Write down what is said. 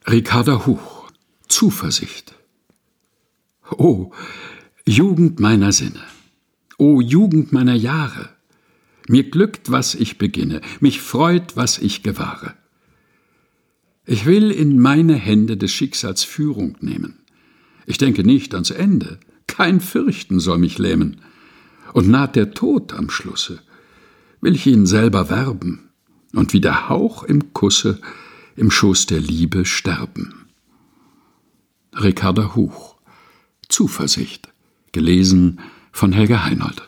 Ricarda Huch, Zuversicht. O Jugend meiner Sinne, o Jugend meiner Jahre, mir glückt, was ich beginne, mich freut, was ich gewahre. Ich will in meine Hände des Schicksals Führung nehmen. Ich denke nicht ans Ende, kein Fürchten soll mich lähmen. Und naht der Tod am Schlusse, will ich ihn selber werben und wie der Hauch im Kusse im Schoß der Liebe sterben. Ricarda Huch, Zuversicht, gelesen von Helga Heinold.